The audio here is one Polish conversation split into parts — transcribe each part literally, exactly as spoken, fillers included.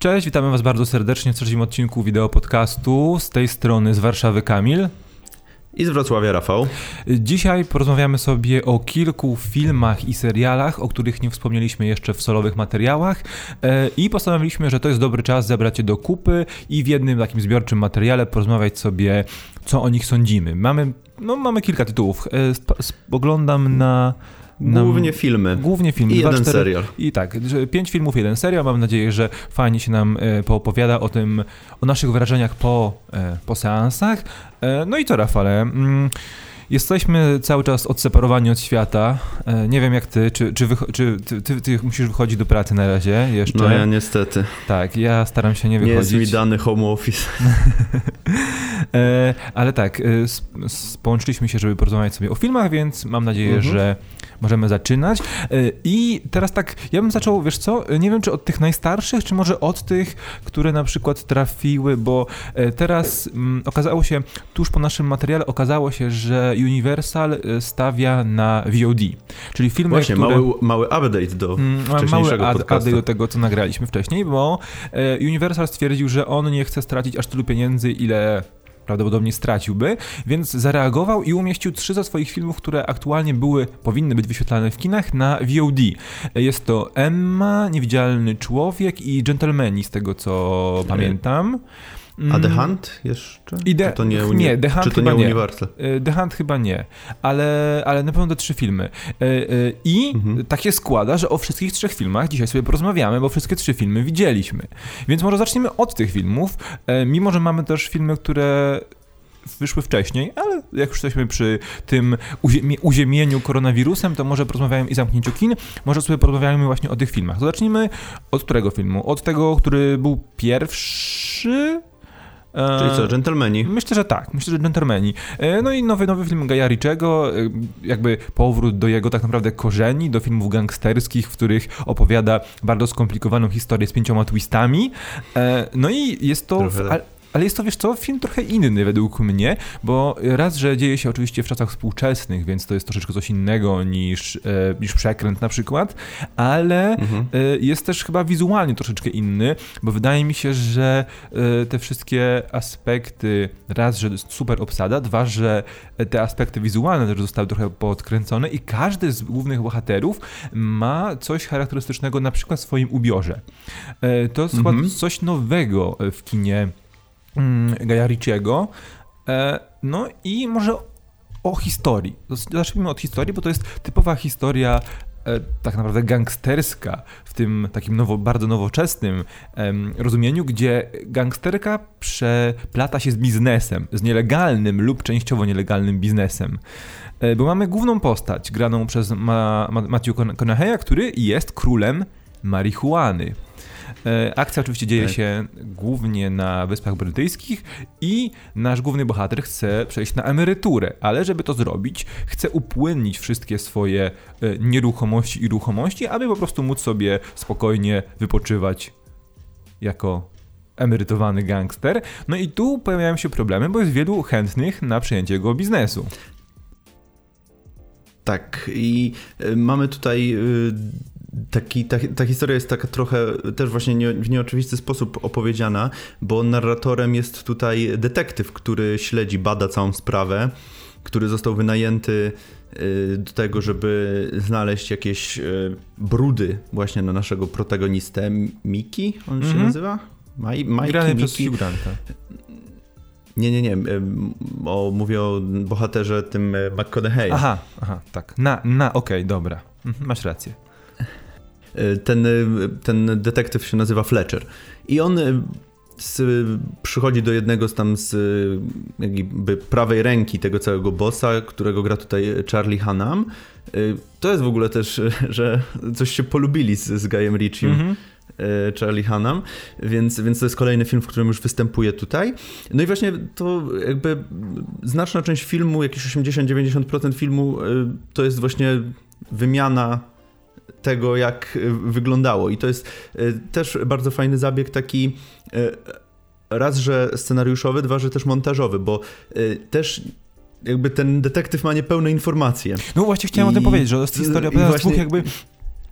Cześć, witamy Was bardzo serdecznie w trzecim odcinku wideo podcastu. Z tej strony z Warszawy Kamil. I z Wrocławia Rafał. Dzisiaj porozmawiamy sobie o kilku filmach i serialach, o których nie wspomnieliśmy jeszcze w solowych materiałach i postanowiliśmy, że to jest dobry czas zebrać je do kupy i w jednym takim zbiorczym materiale porozmawiać sobie, co o nich sądzimy. Mamy, no, mamy kilka tytułów. Spoglądam na... Głównie nam, filmy. Głównie filmy. I dwa, jeden cztery, serial. I tak, pięć filmów, jeden serial. Mam nadzieję, że fajnie się nam e, poopowiada o tym, o naszych wrażeniach po, e, po seansach. E, no i co, Rafale? Mm, jesteśmy cały czas odseparowani od świata. E, nie wiem jak ty, czy, czy, wycho- czy ty, ty, ty musisz wychodzić do pracy na razie jeszcze? No ja niestety. Tak, ja staram się nie wychodzić. Nie jest mi dany home office. e, ale tak, e, sp- sp- połączyliśmy się, żeby porozmawiać sobie o filmach, więc mam nadzieję, mhm. że możemy zaczynać. I teraz tak, ja bym zaczął, wiesz co, nie wiem czy od tych najstarszych, czy może od tych, które na przykład trafiły, bo teraz um, okazało się, tuż po naszym materiale okazało się, że Universal stawia na V O D, czyli filmy, Właśnie, które... mały, mały update do wcześniejszego mały podcastu. Mały do tego, co nagraliśmy wcześniej, bo Universal stwierdził, że on nie chce stracić aż tylu pieniędzy, ile prawdopodobnie straciłby, więc zareagował i umieścił trzy ze swoich filmów, które aktualnie były, powinny być wyświetlane w kinach na V O D. Jest to Emma, Niewidzialny Człowiek i Gentlemani, z tego co e... pamiętam. A The Hunt jeszcze? I The, czy to nie, uni- nie, The Hunt czy to chyba nie nie. Universal? The Hunt chyba nie, ale, ale na pewno te trzy filmy. I mhm. tak się składa, że o wszystkich trzech filmach dzisiaj sobie porozmawiamy, bo wszystkie trzy filmy widzieliśmy. Więc może zacznijmy od tych filmów, mimo że mamy też filmy, które wyszły wcześniej, ale jak już jesteśmy przy tym uziemie- uziemieniu koronawirusem, to może porozmawiamy i zamknięciu kin, może sobie porozmawiamy właśnie o tych filmach. To zacznijmy od którego filmu? Od tego, który był pierwszy... Czyli co, Gentlemani? Myślę, że tak. Myślę, że Gentlemani. No i nowy, nowy film Guya Ritchiego, jakby powrót do jego tak naprawdę korzeni, do filmów gangsterskich, w których opowiada bardzo skomplikowaną historię z pięcioma twistami. No i jest to... Ale jest to, wiesz co, film trochę inny według mnie, bo raz, że dzieje się oczywiście w czasach współczesnych, więc to jest troszeczkę coś innego niż, e, niż Przekręt na przykład, ale mhm. e, jest też chyba wizualnie troszeczkę inny, bo wydaje mi się, że e, te wszystkie aspekty, raz, że super obsada, dwa, że te aspekty wizualne też zostały trochę podkręcone i każdy z głównych bohaterów ma coś charakterystycznego na przykład w swoim ubiorze. E, to jest mhm. coś nowego w kinie Guya Ritchiego. No i może o historii. Zacznijmy od historii, bo to jest typowa historia tak naprawdę gangsterska w tym takim nowo, bardzo nowoczesnym rozumieniu, gdzie gangsterka przeplata się z biznesem, z nielegalnym lub częściowo nielegalnym biznesem. Bo mamy główną postać graną przez Ma- Ma- Matthew Conaughey'a, który jest królem marihuany. Akcja oczywiście dzieje tak. się głównie na Wyspach Brytyjskich i nasz główny bohater chce przejść na emeryturę, ale żeby to zrobić, chce upłynnić wszystkie swoje nieruchomości i ruchomości, aby po prostu móc sobie spokojnie wypoczywać jako emerytowany gangster. No i tu pojawiają się problemy, bo jest wielu chętnych na przejęcie jego biznesu. Tak, i y, mamy tutaj... Y, Taki, ta, ta historia jest taka trochę też właśnie nie, w nieoczywisty sposób opowiedziana, bo narratorem jest tutaj detektyw, który śledzi, bada całą sprawę, który został wynajęty y, do tego, żeby znaleźć jakieś y, brudy właśnie na naszego protagonistę. Miki on mm-hmm. się nazywa? Maj, Grany przez Hugh Granta. Nie, nie, nie. O, mówię o bohaterze tym McConaughey. Aha, aha, tak. Na, na, okej, okay, dobra. Masz rację. Ten, ten detektyw się nazywa Fletcher i on z, przychodzi do jednego z tam z jakby prawej ręki tego całego bossa, którego gra tutaj Charlie Hunnam. To jest w ogóle też, że coś się polubili z, z Guyem Ritchiem. Mm-hmm. Charlie Hunnam, więc, więc to jest kolejny film, w którym już występuje tutaj. No i właśnie to jakby znaczna część filmu, jakieś osiemdziesiąt do dziewięćdziesięciu procent filmu to jest właśnie wymiana tego, jak wyglądało. I to jest też bardzo fajny zabieg taki raz, że scenariuszowy, dwa, że też montażowy, bo też jakby ten detektyw ma niepełne informacje. No właśnie chciałem I, o tym powiedzieć, że to jest historia właśnie... dwóch jakby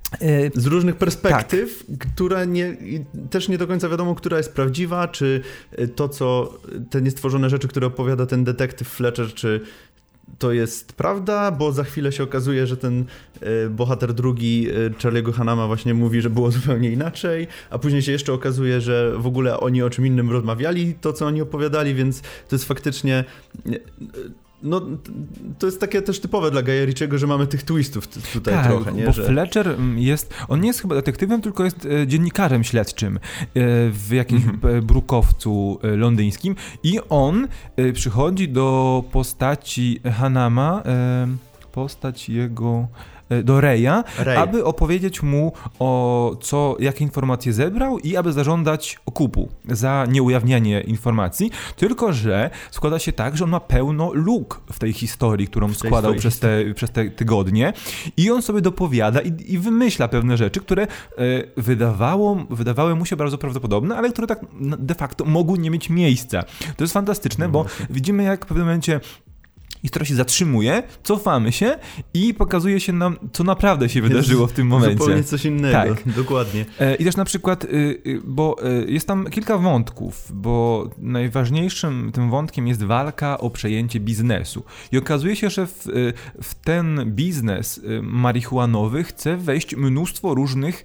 z różnych perspektyw, tak. które nie, też nie do końca wiadomo, która jest prawdziwa, czy to, co te niestworzone rzeczy, które opowiada ten detektyw Fletcher, czy to jest prawda, bo za chwilę się okazuje, że ten y, bohater drugi y, Charlie'ego Hunnama właśnie mówi, że było zupełnie inaczej, a później się jeszcze okazuje, że w ogóle oni o czym innym rozmawiali, to co oni opowiadali, więc to jest faktycznie... Y, No, to jest takie też typowe dla Guya Ritchiego, że mamy tych twistów tutaj tak, trochę, nie? Bo że... Fletcher jest, on nie jest chyba detektywem, tylko jest dziennikarzem śledczym w jakimś mm-hmm. brukowcu londyńskim i on przychodzi do postaci Hunnama, postać jego... do Raya, Ray. aby opowiedzieć mu o co, jakie informacje zebrał i aby zażądać okupu za nieujawnianie informacji, tylko że składa się tak, że on ma pełno luk w tej historii, którą składał przez te, przez te tygodnie i on sobie dopowiada i, i wymyśla pewne rzeczy, które e, wydawało, wydawały mu się bardzo prawdopodobne, ale które tak de facto mogły nie mieć miejsca. To jest fantastyczne, no bo właśnie. Widzimy, jak w pewnym momencie historia się zatrzymuje, cofamy się i pokazuje się nam, co naprawdę się wydarzyło w tym momencie. Zupełnie coś innego, tak. Dokładnie. I też na przykład, bo jest tam kilka wątków, bo najważniejszym tym wątkiem jest walka o przejęcie biznesu. I okazuje się, że w, w ten biznes marihuanowy chce wejść mnóstwo różnych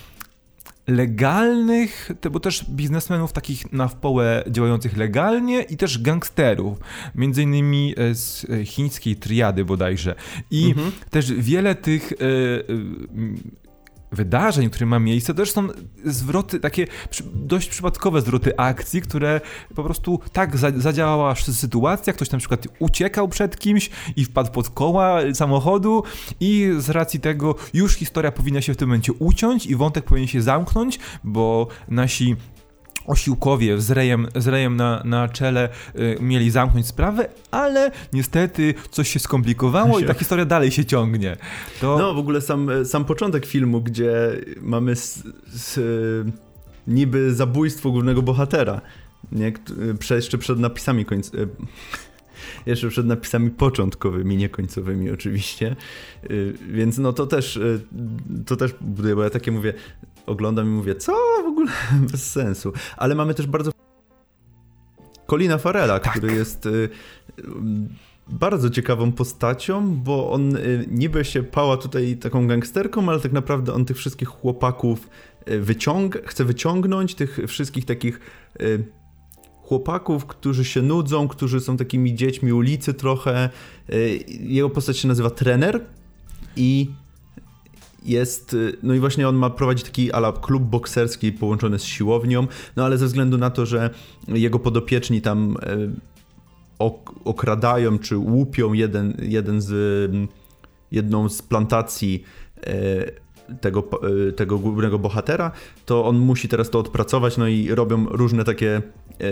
legalnych, bo też biznesmenów takich na wpołę działających legalnie i też gangsterów, między innymi z chińskiej triady bodajże. I mhm. też wiele tych y, y, wydarzeń, które ma miejsce, to też są zwroty, takie dość przypadkowe zwroty akcji, które po prostu tak zadziałała sytuacja, ktoś na przykład uciekał przed kimś i wpadł pod koła samochodu i z racji tego już historia powinna się w tym momencie uciąć i wątek powinien się zamknąć, bo nasi osiłkowie z Rayem, z Rayem na, na czele y, mieli zamknąć sprawę, ale niestety coś się skomplikowało i ta historia dalej się ciągnie. To... No w ogóle sam, sam początek filmu, gdzie mamy s, s, niby zabójstwo głównego bohatera, nie? Prze, jeszcze przed napisami końc... Jeszcze przed napisami początkowymi, nie końcowymi oczywiście, więc no to też to też buduje, bo ja takie mówię, oglądam i mówię, co w ogóle bez sensu, ale mamy też bardzo Colina Farrella, tak. który jest bardzo ciekawą postacią, bo on niby się pała tutaj taką gangsterką, ale tak naprawdę on tych wszystkich chłopaków wyciąga, chce wyciągnąć, tych wszystkich takich chłopaków, którzy się nudzą, którzy są takimi dziećmi ulicy trochę. Jego postać się nazywa Trener i jest, no i właśnie on ma prowadzić taki ala klub bokserski połączony z siłownią, no ale ze względu na to, że jego podopieczni tam okradają czy łupią jeden, jeden z, jedną z plantacji tego, tego głównego bohatera, to on musi teraz to odpracować, no i robią różne takie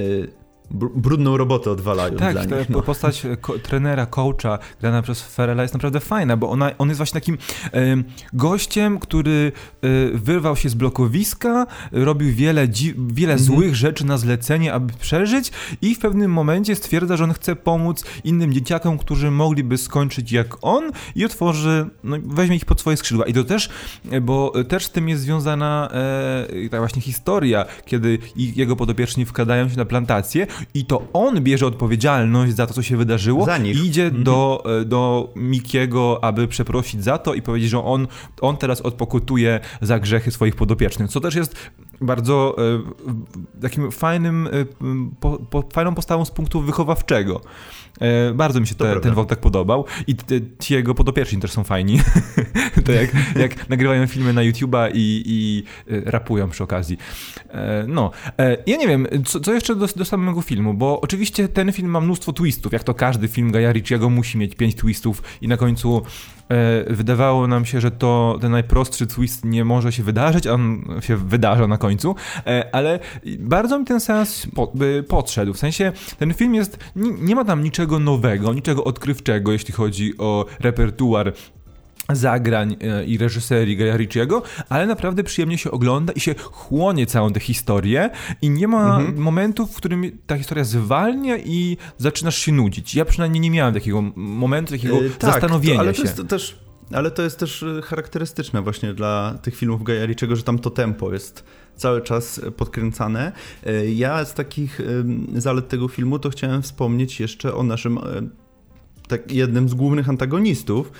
brudną robotę odwalają tak, dla nich. No. Postać ko- trenera, coacha grana przez Farrella jest naprawdę fajna, bo ona, on jest właśnie takim y, gościem, który y, wyrwał się z blokowiska, robił wiele, dzi- wiele mhm. złych rzeczy na zlecenie, aby przeżyć i w pewnym momencie stwierdza, że on chce pomóc innym dzieciakom, którzy mogliby skończyć jak on i otworzy, no, weźmie ich pod swoje skrzydła. I to też, bo też z tym jest związana e, ta właśnie historia, kiedy jego podopieczni wkradają się na plantację i to on bierze odpowiedzialność za to, co się wydarzyło i idzie mhm. do, do Mickiego, aby przeprosić za to i powiedzieć, że on, on teraz odpokutuje za grzechy swoich podopiecznych, co też jest bardzo e, takim fajnym, e, po, po, fajną postawą z punktu wychowawczego. E, bardzo mi się te, ten wątek podobał i te, ci jego podopieczni też są fajni. To jak, jak nagrywają filmy na YouTube'a i, i e, rapują przy okazji. E, no, e, ja nie wiem, co, co jeszcze do, do samego filmu, bo oczywiście ten film ma mnóstwo twistów, jak to każdy film Guya Ritchiego musi mieć pięć twistów i na końcu e, wydawało nam się, że to ten najprostszy twist nie może się wydarzyć, a on się wydarza na końcu, e, ale bardzo mi ten sens po, by podszedł, w sensie ten film jest, nie, nie ma tam niczego nowego, niczego odkrywczego, jeśli chodzi o repertuar zagrań i reżyserii Guya Ritchiego, ale naprawdę przyjemnie się ogląda i się chłonie całą tę historię i nie ma mhm. momentu, w którym ta historia zwalnia i zaczynasz się nudzić. Ja przynajmniej nie miałem takiego momentu, takiego yy, tak, zastanowienia to, ale się. To jest też ale to jest też charakterystyczne właśnie dla tych filmów Guya Ritchiego, że tam to tempo jest cały czas podkręcane. Ja z takich zalet tego filmu to chciałem wspomnieć jeszcze o naszym tak, jednym z głównych antagonistów,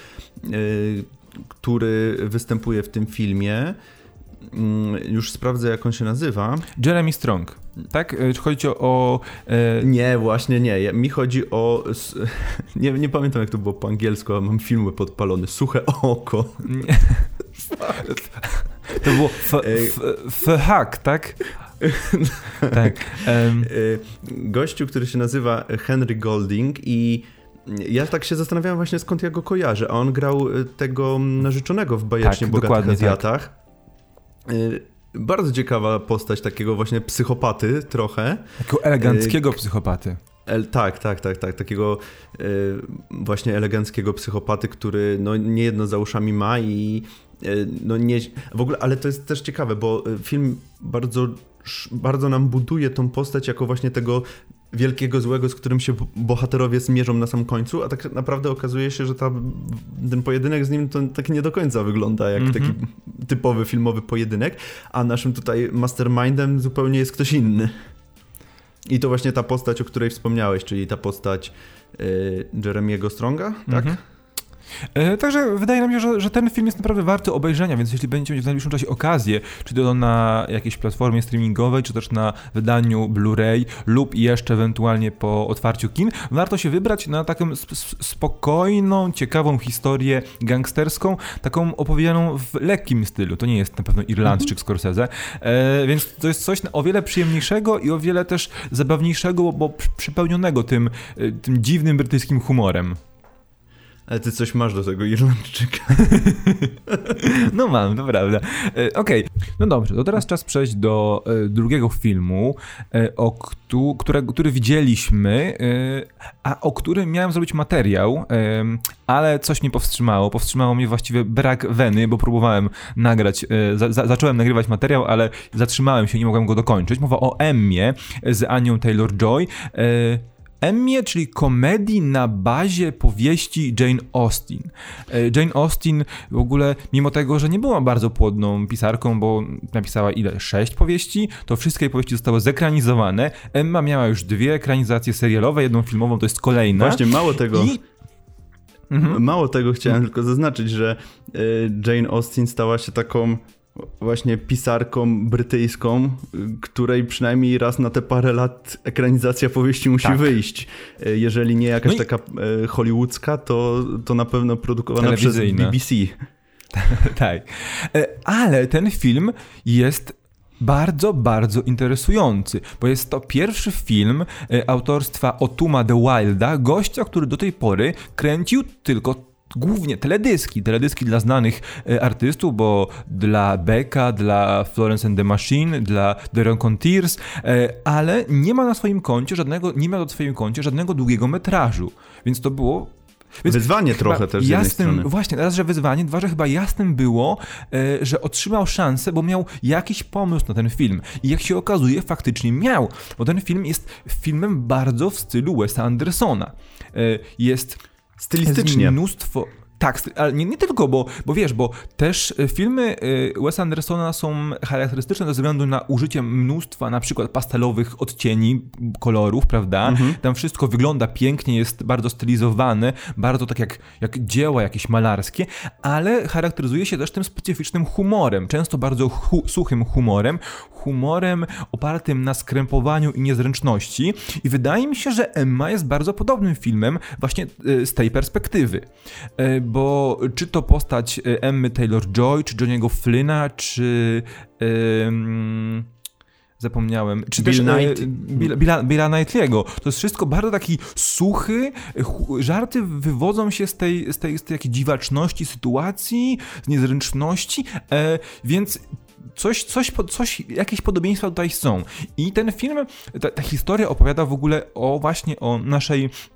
który występuje w tym filmie. Już sprawdzę, jak on się nazywa. Jeremy Strong, tak? Czy chodzi o... E... Nie, właśnie nie. Mi chodzi o... Nie, nie pamiętam, jak to było po angielsku, ale mam film podpalony. Suche oko. To było F-Hack, tak? Tak. Um. Gościu, który się nazywa Henry Golding i ja tak się zastanawiałem właśnie, skąd ja go kojarzę, a on grał tego narzeczonego w bajecznie tak, bogatych Azjatach. Tak. Bardzo ciekawa postać takiego właśnie psychopaty trochę. Takiego eleganckiego psychopaty. El, tak, tak, tak, tak. Takiego y, właśnie eleganckiego psychopaty, który no, niejedno za uszami ma i y, no nie... W ogóle, ale to jest też ciekawe, bo film bardzo, bardzo nam buduje tą postać jako właśnie tego wielkiego złego, z którym się bohaterowie zmierzą na sam końcu, a tak naprawdę okazuje się, że ta, ten pojedynek z nim to tak nie do końca wygląda jak mm-hmm. taki typowy filmowy pojedynek, a naszym tutaj mastermindem zupełnie jest ktoś inny. I to właśnie ta postać, o której wspomniałeś, czyli ta postać y, Jeremiego Stronga, tak? Mm-hmm. E, także wydaje nam się, że, że ten film jest naprawdę warty obejrzenia, więc jeśli będziecie mieć w najbliższym czasie okazję, czy to na jakiejś platformie streamingowej, czy też na wydaniu Blu-ray lub jeszcze ewentualnie po otwarciu kin, warto się wybrać na taką sp- spokojną, ciekawą historię gangsterską, taką opowiedzianą w lekkim stylu. To nie jest na pewno Irlandczyk mm-hmm. Scorsese, e, więc to jest coś o wiele przyjemniejszego i o wiele też zabawniejszego, bo przypełnionego tym, tym dziwnym brytyjskim humorem. Ale ty coś masz do tego Irlandczyka. No mam, to prawda. E, Okej, okay. No dobrze, to teraz czas przejść do e, drugiego filmu, e, o ktu, które, który widzieliśmy, e, a o którym miałem zrobić materiał, e, ale coś mnie powstrzymało. Powstrzymało mnie właściwie brak weny, bo próbowałem nagrać, e, za, za, zacząłem nagrywać materiał, ale zatrzymałem się, nie mogłem go dokończyć. Mowa o Emmie z Anią Taylor-Joy. E, Emmie, czyli komedii na bazie powieści Jane Austen. Jane Austen w ogóle, mimo tego, że nie była bardzo płodną pisarką, bo napisała ile? Sześć powieści, to wszystkie powieści zostały zekranizowane. Emma miała już dwie ekranizacje serialowe, jedną filmową, to jest kolejna. Właśnie, mało tego. I... Mhm. Mało tego chciałem tylko zaznaczyć, że Jane Austen stała się taką właśnie pisarką brytyjską, której przynajmniej raz na te parę lat ekranizacja powieści musi tak. wyjść. Jeżeli nie jakaś no i... taka hollywoodzka, to, to na pewno produkowana przez B B C. Tak. Ale ten film jest bardzo, bardzo interesujący, bo jest to pierwszy film autorstwa Otuma de Wilda, gościa, który do tej pory kręcił tylko głównie teledyski, teledyski dla znanych e, artystów, bo dla Becka, dla Florence and the Machine, dla The Raconteurs, e, ale nie ma na swoim koncie żadnego, nie miał na swoim koncie żadnego długiego metrażu, więc to było... Więc wyzwanie trochę też z jednej jasnym, strony. Właśnie, raz, że wyzwanie, dwa, że chyba jasnym było, e, że otrzymał szansę, bo miał jakiś pomysł na ten film. I jak się okazuje, faktycznie miał, bo ten film jest filmem bardzo w stylu Wesa Andersona. E, jest... Stylistycznie. Mnóstwo... Tak, ale nie, nie tylko, bo, bo wiesz, bo też filmy Wesa Andersona są charakterystyczne ze względu na użycie mnóstwa na przykład pastelowych odcieni, kolorów, prawda? Mhm. Tam wszystko wygląda pięknie, jest bardzo stylizowane, bardzo tak jak, jak dzieła jakieś malarskie, ale charakteryzuje się też tym specyficznym humorem, często bardzo hu, suchym humorem, humorem opartym na skrępowaniu i niezręczności i wydaje mi się, że Emma jest bardzo podobnym filmem właśnie z tej perspektywy. Bo czy to postać Emmy Taylor-Joy, czy Johnny'ego Flynna, czy... Ym, zapomniałem... Czy Bill też Knight. y, Billa, Billa, Billa Knightley'ego. To jest wszystko bardzo taki suchy, ch- żarty wywodzą się z tej, z tej, z tej jakiej dziwaczności sytuacji, z niezręczności, e, więc... Coś, coś, coś, jakieś podobieństwa tutaj są. I ten film, ta, ta historia opowiada w ogóle o właśnie o naszej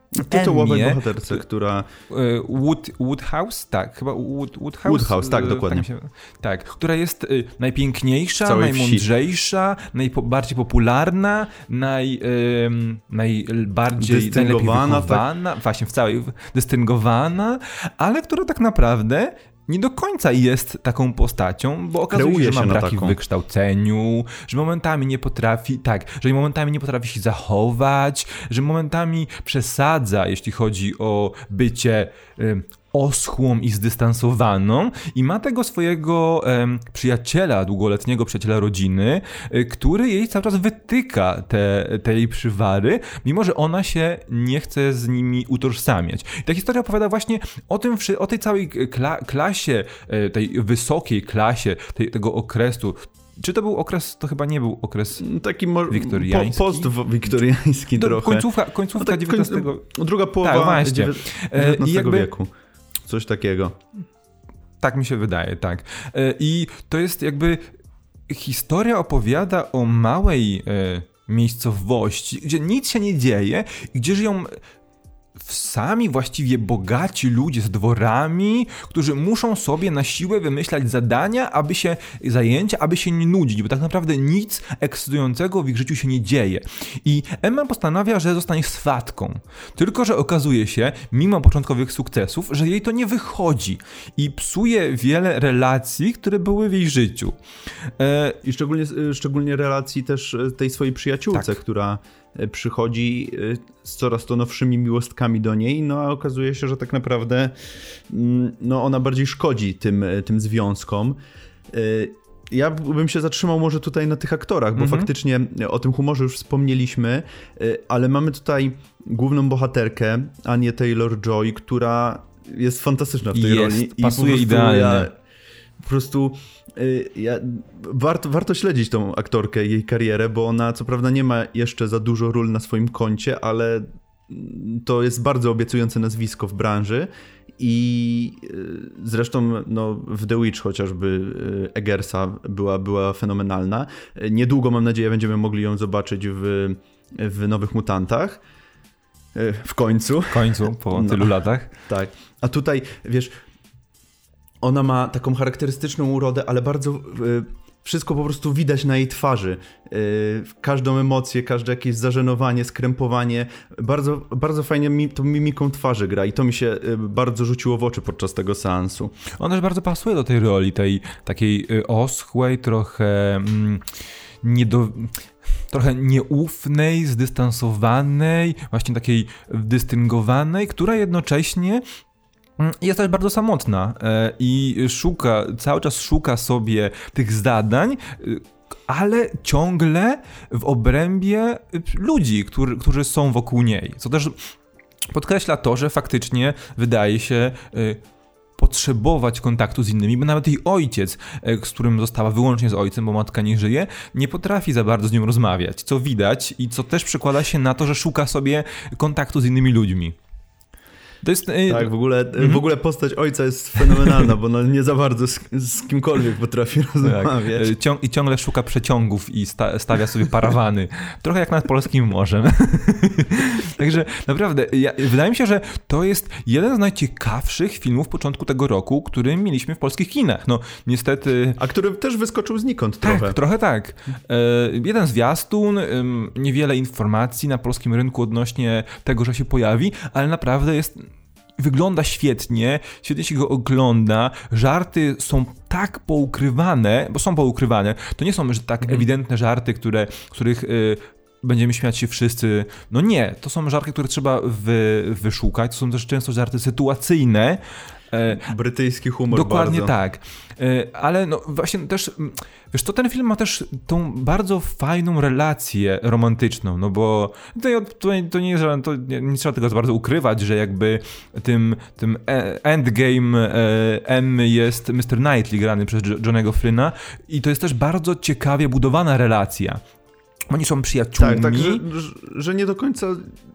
tytułowej bohaterce, która... Wood, Woodhouse? Tak, chyba Wood, Woodhouse? Woodhouse, tak, dokładnie. Tak, się, tak, która jest najpiękniejsza, najmądrzejsza, najbardziej popularna, naj, ym, najbardziej, najlepiej wychowana, tak. Właśnie w całej dystyngowana, ale która tak naprawdę nie do końca jest taką postacią, bo okazuje się, że ma braki w wykształceniu, że momentami nie potrafi, tak, że momentami nie potrafi się zachować, że momentami przesadza, jeśli chodzi o bycie y, oschłą i zdystansowaną i ma tego swojego e, przyjaciela, długoletniego przyjaciela rodziny, e, który jej cały czas wytyka te, te jej przywary, mimo że ona się nie chce z nimi utożsamiać. I ta historia opowiada właśnie o tym, o tej całej kla- klasie, e, tej wysokiej klasie tej, tego okresu. Czy to był okres, to chyba nie był okres Taki mo- wiktoriański? Po, post-wiktoriański Do, trochę. Końcówka, końcówka no tak, dziewiętnastego Koń, druga połowa tak, dziewiętnastego jakby, wieku. Coś takiego. Tak mi się wydaje, tak. I to jest jakby... Historia opowiada o małej miejscowości, gdzie nic się nie dzieje, gdzie żyją sami właściwie bogaci ludzie z dworami, którzy muszą sobie na siłę wymyślać zadania, aby się, zajęcia, aby się nie nudzić, bo tak naprawdę nic ekscytującego w ich życiu się nie dzieje. I Emma postanawia, że zostanie swatką. Tylko że okazuje się, mimo początkowych sukcesów, że jej to nie wychodzi i psuje wiele relacji, które były w jej życiu. E... I szczególnie, szczególnie relacji też tej swojej przyjaciółce, tak. która przychodzi z coraz to nowszymi miłostkami do niej, no a okazuje się, że tak naprawdę no ona bardziej szkodzi tym, tym związkom. Ja bym się zatrzymał może tutaj na tych aktorach, bo mhm. faktycznie o tym humorze już wspomnieliśmy, ale mamy tutaj główną bohaterkę, Anię Taylor-Joy, która jest fantastyczna w tej jest, roli. Pasuje i idealnie. Ja, po prostu ja, warto, warto śledzić tą aktorkę, jej karierę, bo ona co prawda nie ma jeszcze za dużo ról na swoim koncie, ale to jest bardzo obiecujące nazwisko w branży i zresztą no, w The Witch chociażby Eggersa była, była fenomenalna. Niedługo, mam nadzieję, będziemy mogli ją zobaczyć w, w Nowych Mutantach. W końcu. W końcu, po tylu no, latach. Tak. A tutaj, wiesz... Ona ma taką charakterystyczną urodę, ale bardzo y, wszystko po prostu widać na jej twarzy. Y, każdą emocję, każde jakieś zażenowanie, skrępowanie. Bardzo, bardzo fajnie mi, tą mimiką twarzy gra i to mi się y, bardzo rzuciło w oczy podczas tego seansu. Ona też bardzo pasuje do tej roli, tej takiej y, oschłej, trochę mm, niedo... trochę nieufnej, zdystansowanej, właśnie takiej dystyngowanej, która jednocześnie jest też bardzo samotna i szuka, cały czas szuka sobie tych zadań, ale ciągle w obrębie ludzi, którzy, którzy są wokół niej. Co też podkreśla to, że faktycznie wydaje się potrzebować kontaktu z innymi, bo nawet jej ojciec, z którym została wyłącznie z ojcem, bo matka nie żyje, nie potrafi za bardzo z nią rozmawiać, co widać i co też przekłada się na to, że szuka sobie kontaktu z innymi ludźmi. To jest, tak, w ogóle, mm-hmm. w ogóle postać ojca jest fenomenalna, bo no nie za bardzo z, z kimkolwiek potrafi rozmawiać. Tak. Cią- I ciągle szuka przeciągów i sta- stawia sobie parawany. Trochę jak nad polskim morzem. Także naprawdę, ja, wydaje mi się, że to jest jeden z najciekawszych filmów początku tego roku, który mieliśmy w polskich kinach. No niestety... A który też wyskoczył znikąd tak, trochę. trochę tak. E, jeden zwiastun, e, niewiele informacji na polskim rynku odnośnie tego, że się pojawi, ale naprawdę jest... Wygląda świetnie, świetnie się go ogląda, żarty są tak poukrywane, bo są poukrywane, to nie są tak mhm. ewidentne żarty, które, których y, będziemy śmiać się wszyscy. No nie, to są żarty, które trzeba wy, wyszukać, to są też często żarty sytuacyjne. Brytyjski humor Dokładnie bardzo. tak. Ale no właśnie też, wiesz, to ten film ma też tą bardzo fajną relację romantyczną, no bo to, to, to nie jest, to nie, nie trzeba tego za bardzo ukrywać, że jakby tym, tym endgame Emmy jest mister Knightley grany przez Johnego Fryna i to jest też bardzo ciekawie budowana relacja. Oni są przyjaciółmi. Tak, tak, że, że nie do końca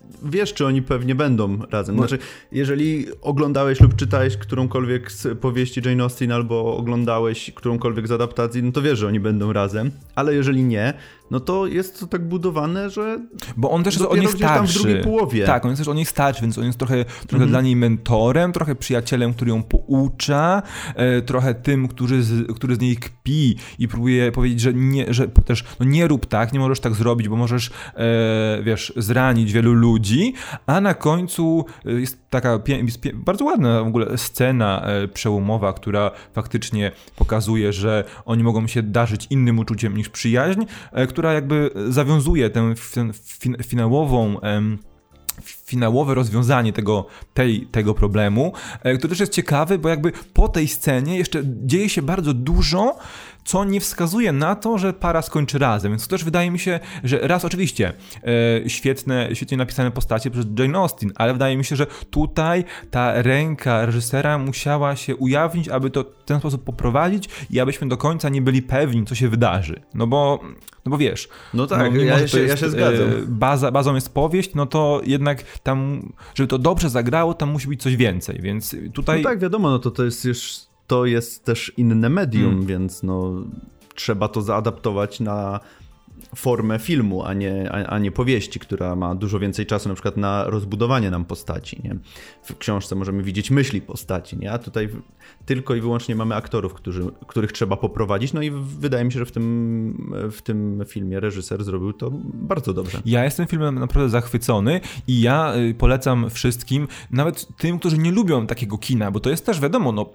wiesz, czy oni pewnie będą razem. Znaczy, jeżeli oglądałeś lub czytałeś którąkolwiek z powieści Jane Austen albo oglądałeś którąkolwiek z adaptacji, no to wiesz, że oni będą razem, ale jeżeli nie, no to jest to tak budowane, że bo on też jest o niej starszy. Tam w drugiej połowie. Tak, on jest też o niej starszy, więc on jest trochę, trochę mm-hmm. dla niej mentorem, trochę przyjacielem, który ją poucza, e, trochę tym, który z, który z niej kpi i próbuje powiedzieć, że nie, że też no nie rób tak, nie możesz tak zrobić, bo możesz, e, wiesz, zranić wielu ludzi, a na końcu jest taka pie- pie- bardzo ładna w ogóle scena e, przełomowa, która faktycznie pokazuje, że oni mogą się darzyć innym uczuciem niż przyjaźń, e, która jakby zawiązuje tę, tę fin- finałową em, finałowe rozwiązanie tego, tej, tego problemu, e, który też jest ciekawy, bo jakby po tej scenie jeszcze dzieje się bardzo dużo, co nie wskazuje na to, że para skończy razem. Więc to też wydaje mi się, że raz oczywiście e, świetne, świetnie napisane postacie przez Jane Austen, ale wydaje mi się, że tutaj ta ręka reżysera musiała się ujawnić, aby to w ten sposób poprowadzić i abyśmy do końca nie byli pewni, co się wydarzy. No bo, no bo wiesz... No tak, no, ja, jest, się, ja się zgadzam. E, baza, bazą jest powieść, no to jednak tam, żeby to dobrze zagrało, tam musi być coś więcej, więc tutaj... No tak, wiadomo, no to to jest już... To jest też inne medium, hmm. więc no, trzeba to zaadaptować na formę filmu, a nie, a, a nie powieści, która ma dużo więcej czasu na przykład na rozbudowanie nam postaci. Nie? W książce możemy widzieć myśli postaci, nie? A tutaj tylko i wyłącznie mamy aktorów, którzy, których trzeba poprowadzić. No i wydaje mi się, że w tym, w tym filmie reżyser zrobił to bardzo dobrze. Ja jestem filmem naprawdę zachwycony i ja polecam wszystkim, nawet tym, którzy nie lubią takiego kina, bo to jest też wiadomo, no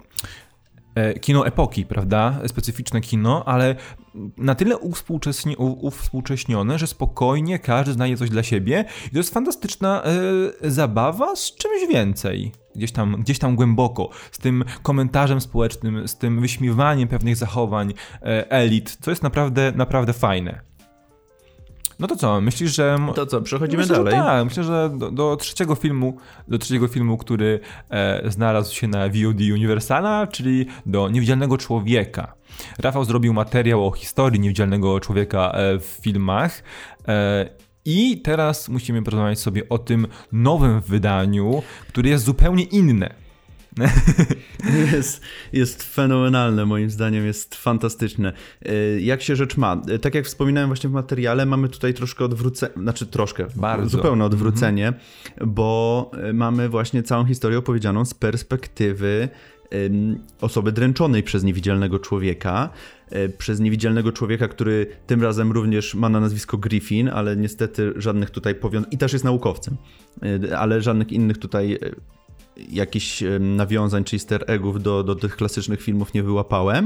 kino epoki, prawda? Specyficzne kino, ale na tyle uwspółcześnie, uwspółcześnione, że spokojnie każdy znajdzie coś dla siebie i to jest fantastyczna y, zabawa z czymś więcej. Gdzieś tam, gdzieś tam głęboko, z tym komentarzem społecznym, z tym wyśmiewaniem pewnych zachowań y, elit, co jest naprawdę, naprawdę fajne. No to co, myślisz, że... To co, przechodzimy myślę, dalej? Tak, myślę, że do, do trzeciego filmu, do trzeciego filmu, który e, znalazł się na V O D Universala, czyli do Niewidzialnego Człowieka. Rafał zrobił materiał o historii Niewidzialnego Człowieka e, w filmach e, i teraz musimy porozmawiać sobie o tym nowym wydaniu, które jest zupełnie inne. Jest, jest fenomenalne, moim zdaniem, jest fantastyczne. Jak się rzecz ma? Tak jak wspominałem właśnie w materiale, mamy tutaj troszkę odwrócenie, znaczy troszkę, Bardzo. zupełne odwrócenie, mm-hmm. bo mamy właśnie całą historię opowiedzianą z perspektywy osoby dręczonej przez niewidzialnego człowieka, przez niewidzialnego człowieka, który tym razem również ma na nazwisko Griffin, ale niestety żadnych tutaj powiązań, i też jest naukowcem, ale żadnych innych tutaj jakichś nawiązań czy easter eggów do, do tych klasycznych filmów nie wyłapałem.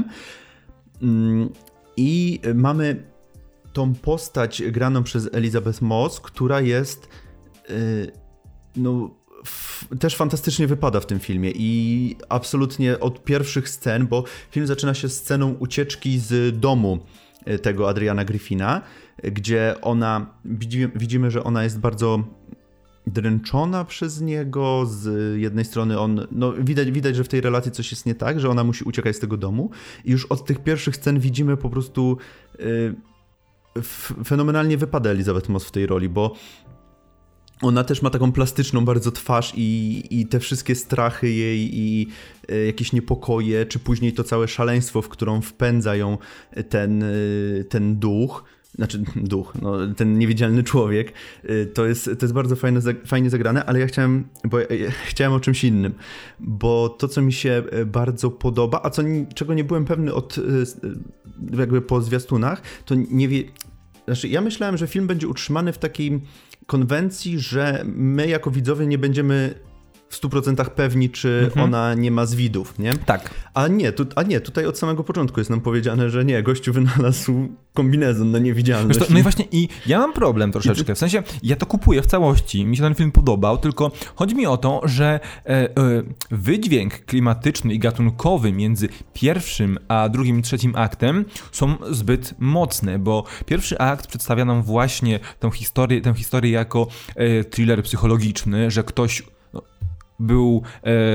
I mamy tą postać graną przez Elizabeth Moss, która jest no, f, też fantastycznie wypada w tym filmie i absolutnie od pierwszych scen, bo film zaczyna się sceną ucieczki z domu tego Adriana Griffina, gdzie ona, widzimy, widzimy, że ona jest bardzo dręczona przez niego, z jednej strony on, no widać, widać, że w tej relacji coś jest nie tak, że ona musi uciekać z tego domu i już od tych pierwszych scen widzimy po prostu yy, f- fenomenalnie wypada Elizabeth Moss w tej roli, bo ona też ma taką plastyczną bardzo twarz i, i te wszystkie strachy jej i y, jakieś niepokoje, czy później to całe szaleństwo, w którą wpędza ją ten, y, ten duch, znaczy duch, no, ten niewidzialny człowiek, to jest, to jest bardzo fajne, fajnie zagrane, ale ja chciałem, bo ja, ja chciałem o czymś innym, bo to, co mi się bardzo podoba, a co, czego nie byłem pewny od jakby po zwiastunach, to nie wie, znaczy ja myślałem, że film będzie utrzymany w takiej konwencji, że my jako widzowie nie będziemy w stu procentach pewni, czy mhm. ona nie ma zwidów, nie? Tak. A nie, tu, a nie, tutaj od samego początku jest nam powiedziane, że nie, gościu wynalazł kombinezon na niewidzialność. To, no i właśnie, i ja mam problem troszeczkę, w sensie, ja to kupuję w całości, mi się ten film podobał, tylko chodzi mi o to, że e, e, wydźwięk klimatyczny i gatunkowy między pierwszym a drugim i trzecim aktem są zbyt mocne, bo pierwszy akt przedstawia nam właśnie tę historię, tę historię jako e, thriller psychologiczny, że ktoś był, e,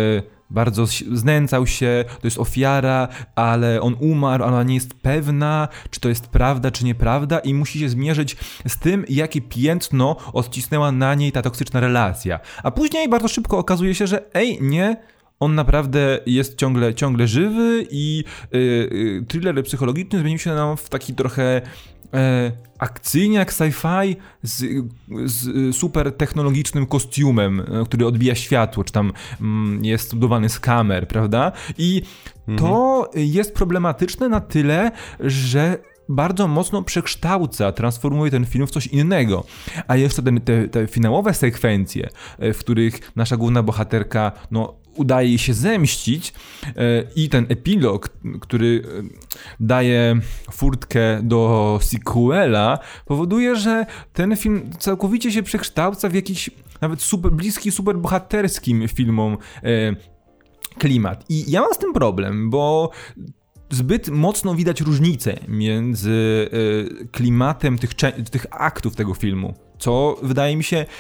bardzo znęcał się, to jest ofiara, ale on umarł, ona nie jest pewna, czy to jest prawda, czy nieprawda i musi się zmierzyć z tym, jakie piętno odcisnęła na niej ta toksyczna relacja. A później bardzo szybko okazuje się, że ej, nie, on naprawdę jest ciągle, ciągle żywy i yy, yy, thriller psychologiczny zmienił się nam w taki trochę E, akcyjniak sci-fi z, z super technologicznym kostiumem, który odbija światło, czy tam mm, jest budowany z kamer, prawda? I mhm. to jest problematyczne na tyle, że bardzo mocno przekształca, transformuje ten film w coś innego. A jeszcze ten, te, te finałowe sekwencje, w których nasza główna bohaterka, no, udaje jej się zemścić i ten epilog, który daje furtkę do sequela, powoduje, że ten film całkowicie się przekształca w jakiś nawet super bliski, super bohaterskim filmom klimat. I ja mam z tym problem, bo zbyt mocno widać różnicę między klimatem tych, tych aktów tego filmu, co wydaje mi się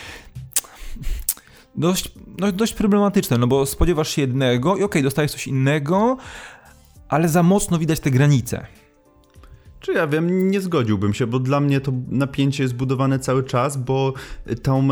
dość, no, dość problematyczne, no bo spodziewasz się jednego i okej, okay, dostajesz coś innego, ale za mocno widać te granice. Czy ja wiem, nie zgodziłbym się, bo dla mnie to napięcie jest budowane cały czas, bo tą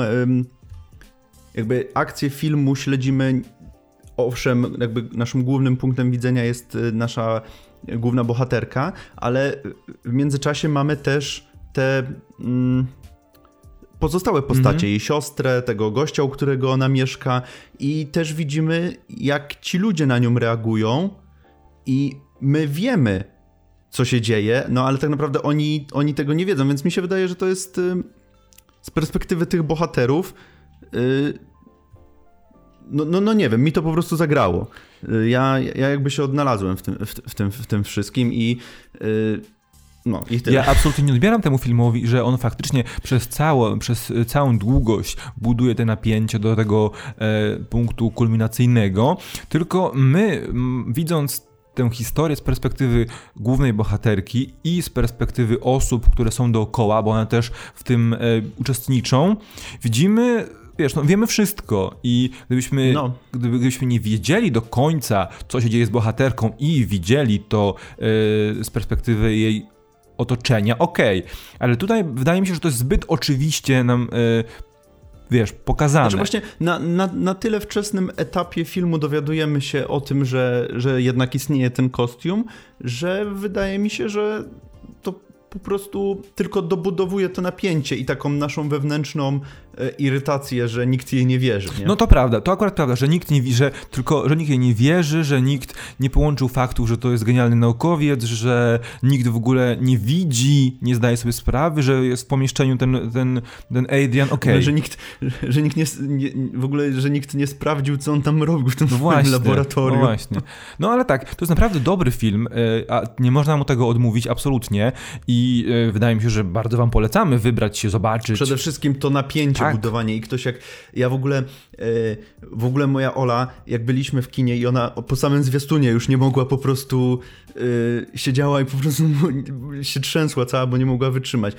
jakby akcję filmu śledzimy, owszem, jakby naszym głównym punktem widzenia jest nasza główna bohaterka, ale w międzyczasie mamy też te mm, pozostałe postacie, mm-hmm. jej siostrę, tego gościa, u którego ona mieszka i też widzimy, jak ci ludzie na nią reagują i my wiemy, co się dzieje, no ale tak naprawdę oni, oni tego nie wiedzą, więc mi się wydaje, że to jest y, z perspektywy tych bohaterów y, no, no, no nie wiem, mi to po prostu zagrało. Y, ja, ja jakby się odnalazłem w tym, w, w tym, w tym wszystkim i y, no i tyle. Ja absolutnie nie odbieram temu filmowi, że on faktycznie przez, całą, przez całą długość buduje te napięcie do tego e, punktu kulminacyjnego, tylko my m, widząc tę historię z perspektywy głównej bohaterki i z perspektywy osób, które są dookoła, bo one też w tym e, uczestniczą, widzimy, wiesz, no wiemy wszystko i gdybyśmy, no. gdyby, gdybyśmy nie wiedzieli do końca, co się dzieje z bohaterką i widzieli to e, z perspektywy jej otoczenia, okej, okay. Ale tutaj wydaje mi się, że to jest zbyt oczywiście nam e, wiesz, pokazane. Znaczy właśnie na, na, na tyle wczesnym etapie filmu dowiadujemy się o tym, że, że jednak istnieje ten kostium, że wydaje mi się, że to po prostu tylko dobudowuje to napięcie i taką naszą wewnętrzną e, irytację, że nikt jej nie wierzy. Nie? No to prawda, to akurat prawda, że nikt nie że tylko, że nikt jej nie wierzy, że nikt nie połączył faktów, że to jest genialny naukowiec, że nikt w ogóle nie widzi, nie zdaje sobie sprawy, że jest w pomieszczeniu ten, ten, ten Adrian, okej. Okay. Że nikt, że nikt nie, nie, w ogóle, że nikt nie sprawdził, co on tam robił w tym no właśnie, laboratorium. No właśnie. No ale tak, to jest naprawdę dobry film, a nie można mu tego odmówić, absolutnie. I I wydaje mi się, że bardzo wam polecamy wybrać się, zobaczyć. Przede wszystkim to napięcie, tak. Budowanie i ktoś jak... Ja w ogóle, w ogóle moja Ola, jak byliśmy w kinie i ona po samym zwiastunie już nie mogła po prostu... Siedziała i po prostu się trzęsła cała, bo nie mogła wytrzymać.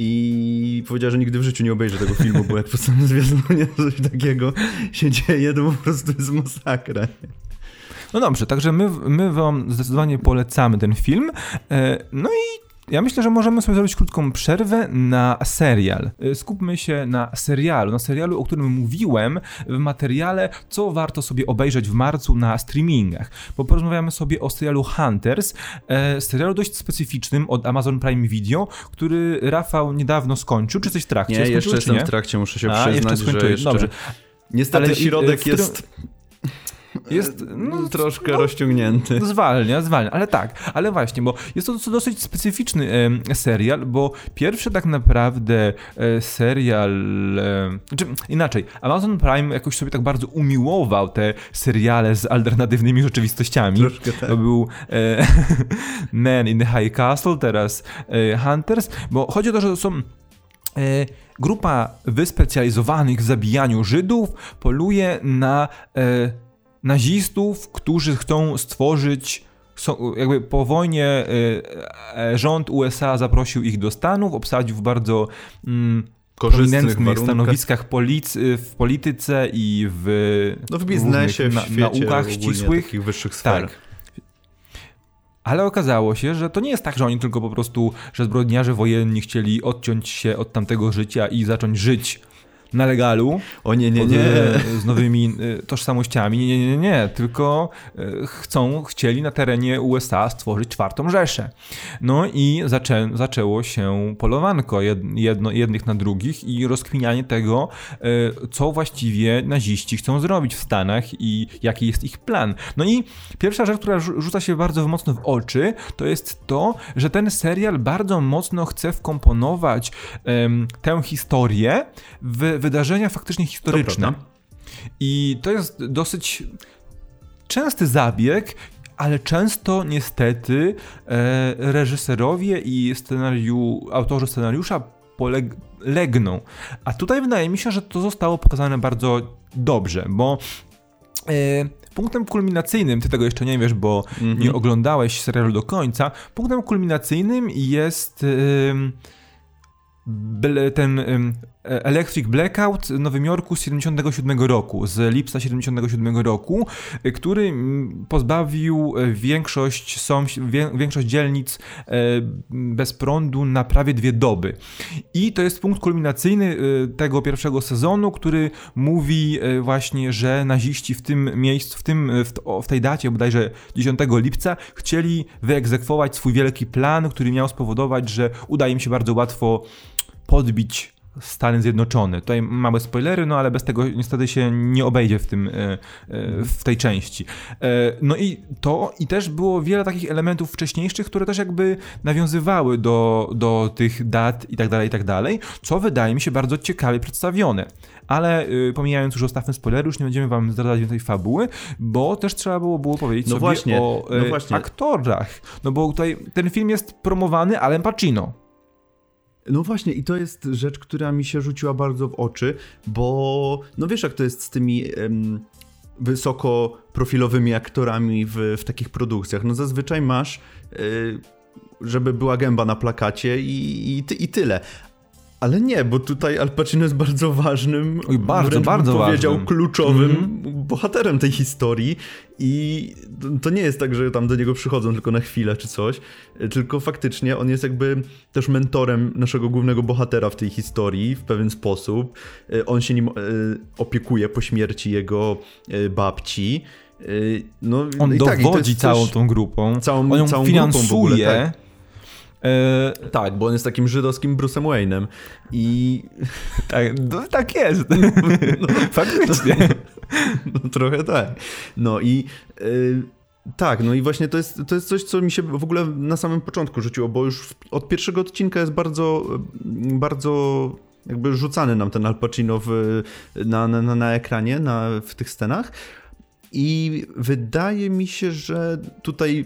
I powiedziała, że nigdy w życiu nie obejrzy tego filmu, bo jak po samym zwiastunie coś takiego się dzieje, to po prostu jest masakra. No dobrze, także my, my wam zdecydowanie polecamy ten film. No i ja myślę, że możemy sobie zrobić krótką przerwę na serial. Skupmy się na serialu, na serialu, o którym mówiłem w materiale, co warto sobie obejrzeć w marcu na streamingach. Bo porozmawiamy sobie o serialu Hunters, e, serialu dość specyficznym od Amazon Prime Video, który Rafał niedawno skończył. Czy coś w trakcie? Nie, Skończyłeś, jeszcze jestem nie? w trakcie, muszę się A, przyznać, jeszcze że jeszcze... Dobrze. Niestety Ale środek którym... jest... Jest no, troszkę no, rozciągnięty. Zwalnia, zwalnia, ale tak, ale właśnie, bo jest to dosyć specyficzny e, serial, bo pierwszy tak naprawdę e, serial, e, znaczy inaczej, Amazon Prime jakoś sobie tak bardzo umiłował te seriale z alternatywnymi rzeczywistościami. Troszkę tak. To był e, Man in the High Castle, teraz e, Hunters, bo chodzi o to, że to są... E, grupa wyspecjalizowanych w zabijaniu Żydów poluje na... E, nazistów, którzy chcą stworzyć, są, jakby po wojnie y, rząd U S A zaprosił ich do Stanów, obsadził w bardzo mm, prominentnych stanowiskach polic- w polityce i w, no w biznesie, w na, świecie, naukach ścisłych. Takich wyższych sfer. Tak. Ale okazało się, że to nie jest tak, że oni tylko po prostu, że zbrodniarze wojenni chcieli odciąć się od tamtego życia i zacząć żyć na legalu. O nie, nie, nie. Z nowymi tożsamościami. Nie, nie, nie, nie. Tylko chcą, chcieli na terenie U S A stworzyć czwartą Rzeszę. No i zaczę, zaczęło się polowanko jedno, jednych na drugich i rozkminianie tego, co właściwie naziści chcą zrobić w Stanach i jaki jest ich plan. No i pierwsza rzecz, która rzuca się bardzo mocno w oczy, to jest to, że ten serial bardzo mocno chce wkomponować um, tę historię w wydarzenia faktycznie historyczne. To I to jest dosyć częsty zabieg, ale często niestety e, reżyserowie i scenariu, autorzy scenariusza polegną. A tutaj wydaje mi się, że to zostało pokazane bardzo dobrze, bo e, punktem kulminacyjnym, ty tego jeszcze nie wiesz, bo mm-hmm. nie oglądałeś serialu do końca, punktem kulminacyjnym jest e, ten Electric Blackout w Nowym Jorku z siedemdziesiątego siódmego roku, z lipca siedemdziesiątego siódmego roku, który pozbawił większość, sąsi- większość dzielnic bez prądu na prawie dwie doby. I to jest punkt kulminacyjny tego pierwszego sezonu, który mówi właśnie, że naziści w tym miejscu, w, tym, w tej dacie, bodajże dziesiątego lipca, chcieli wyegzekwować swój wielki plan, który miał spowodować, że uda im się bardzo łatwo podbić Stany Zjednoczone. Tutaj małe spoilery, no ale bez tego niestety się nie obejdzie w tym, w tej części. No i to, i też było wiele takich elementów wcześniejszych, które też jakby nawiązywały do, do tych dat i tak dalej, i tak dalej, co wydaje mi się bardzo ciekawie przedstawione. Ale pomijając już ostatnie spoilery, już nie będziemy wam zdradzać więcej fabuły, bo też trzeba było, było powiedzieć no sobie właśnie, o no właśnie. aktorach. No bo tutaj ten film jest promowany Alem Pacino. No właśnie i to jest rzecz, która mi się rzuciła bardzo w oczy, bo no wiesz jak to jest z tymi em, wysokoprofilowymi aktorami w, w takich produkcjach. No zazwyczaj masz, y, żeby była gęba na plakacie i, i, ty, i tyle. Ale nie, bo tutaj Al Pacino jest bardzo ważnym, Oj, bardzo, wręcz bardzo bym powiedział ważnym. kluczowym mm-hmm. bohaterem tej historii i to nie jest tak, że tam do niego przychodzą tylko na chwilę czy coś, tylko faktycznie on jest jakby też mentorem naszego głównego bohatera w tej historii w pewien sposób. On się nim opiekuje po śmierci jego babci. No, on i dowodzi tak, całą tą grupą, całą, on ją całą finansuje. Grupą w ogóle, tak. E... Tak, bo on jest takim żydowskim Bruce'em Wayne'em i... tak, no, tak jest. No, faktycznie. No, no, trochę tak. No i... Y... Tak, no i właśnie to jest, to jest coś, co mi się w ogóle na samym początku rzuciło, bo już w, od pierwszego odcinka jest bardzo, bardzo jakby rzucany nam ten Al Pacino w, na, na, na ekranie, na, w tych scenach i wydaje mi się, że tutaj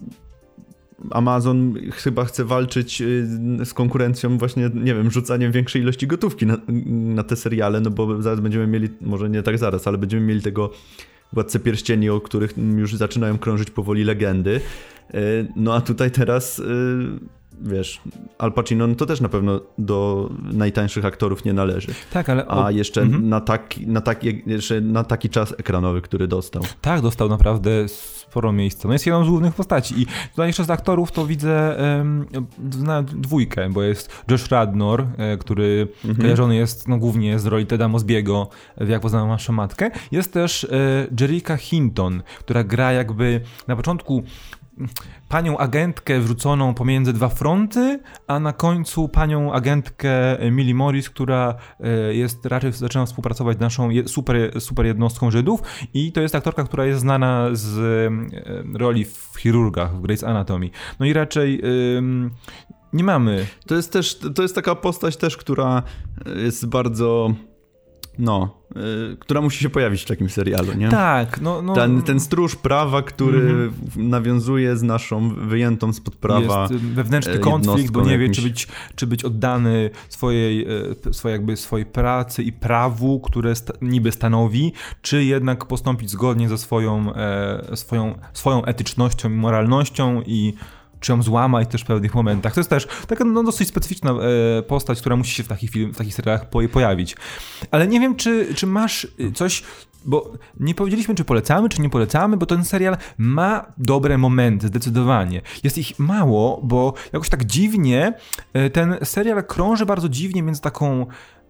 Amazon chyba chce walczyć z konkurencją właśnie, nie wiem, rzucaniem większej ilości gotówki na, na te seriale, no bo zaraz będziemy mieli, może nie tak zaraz, ale będziemy mieli tego Władcę Pierścieni, o których już zaczynają krążyć powoli legendy. No a tutaj teraz, wiesz, Al Pacino no to też na pewno do najtańszych aktorów nie należy. Tak, ale... O... A jeszcze mhm. na, taki, na, taki, jeszcze na taki czas ekranowy, który dostał. Tak, dostał naprawdę sporo miejsca. No jest jedną z głównych postaci i tutaj jeszcze z aktorów to widzę um, dwójkę, bo jest Josh Radnor, który mhm. kojarzony jest no, głównie z roli Teda Mosbiego w Jak poznałem waszą matkę. Jest też e, Jericka Hinton, która gra jakby na początku panią agentkę wrzuconą pomiędzy dwa fronty, a na końcu panią agentkę Millie Morris, która jest raczej zaczyna współpracować z naszą super, super jednostką Żydów i to jest aktorka, która jest znana z roli w Chirurgach, w Grey's Anatomy. No i raczej ym, nie mamy. To jest też, to jest taka postać też, która jest bardzo... No, y, która musi się pojawić w takim serialu, nie? Tak, no... no... Ten, ten stróż prawa, który mm-hmm. nawiązuje z naszą wyjętą spod prawa jest wewnętrzny konflikt, bo nie jakimś... wie, czy być, czy być oddany swojej, swojej, jakby swojej pracy i prawu, które sta- niby stanowi, czy jednak postąpić zgodnie ze swoją, e, swoją, swoją etycznością i moralnością i czy ją złamać też w pewnych momentach. To jest też taka no, dosyć specyficzna e, postać, która musi się w takich film, w takich serialach po, pojawić. Ale nie wiem, czy, czy masz coś, bo nie powiedzieliśmy, czy polecamy, czy nie polecamy, bo ten serial ma dobre momenty, zdecydowanie. Jest ich mało, bo jakoś tak dziwnie e, ten serial krąży bardzo dziwnie między taką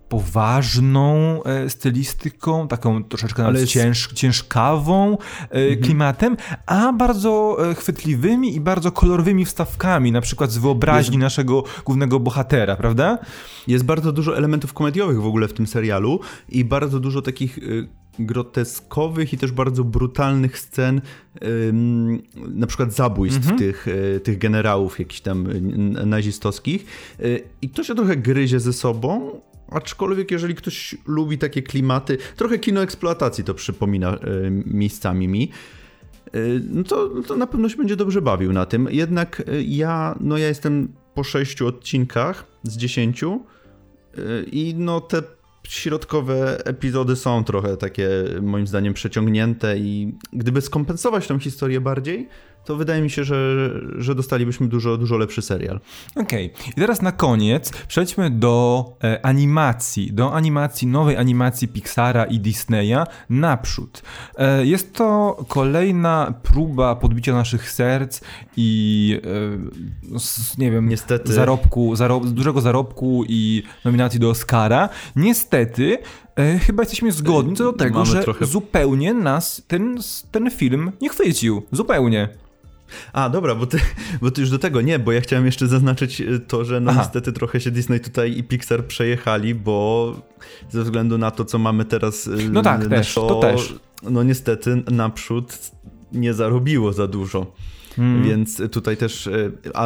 poważną e, stylistyką, taką troszeczkę nawet jest... cięż, ciężkawą e, mhm. klimatem, a bardzo e, chwytliwymi i bardzo kolorowymi wstawkami, na przykład z wyobraźni jest... naszego głównego bohatera, prawda? Jest bardzo dużo elementów komediowych w ogóle w tym serialu i bardzo dużo takich y, groteskowych i też bardzo brutalnych scen, y, na przykład zabójstw mhm. tych, y, tych generałów jakichś tam y, nazistowskich y, i to się trochę gryzie ze sobą. Aczkolwiek jeżeli ktoś lubi takie klimaty, trochę kino eksploatacji to przypomina y, miejscami mi, y, no to, to na pewno się będzie dobrze bawił na tym. Jednak y, ja, no ja jestem po sześciu odcinkach z dziesięciu y, i no te środkowe epizody są trochę takie moim zdaniem przeciągnięte i gdyby skompensować tą historię bardziej, to wydaje mi się, że, że dostalibyśmy dużo, dużo lepszy serial. Okej. Okay. I teraz na koniec przejdźmy do e, animacji, do animacji, nowej animacji Pixara i Disneya Naprzód. E, jest to kolejna próba podbicia naszych serc i e, z, nie wiem, niestety zarobku, zarob, dużego zarobku i nominacji do Oscara. Niestety e, chyba jesteśmy zgodni co do tego, Mamy że trochę... zupełnie nas ten, ten film nie chwycił. Zupełnie. A, dobra, bo ty, bo ty już do tego nie, bo ja chciałem jeszcze zaznaczyć to, że no niestety trochę się Disney tutaj i Pixar przejechali, bo ze względu na to, co mamy teraz, no tak, też, to, to też. No niestety naprzód nie zarobiło za dużo. Mm. Więc tutaj też, a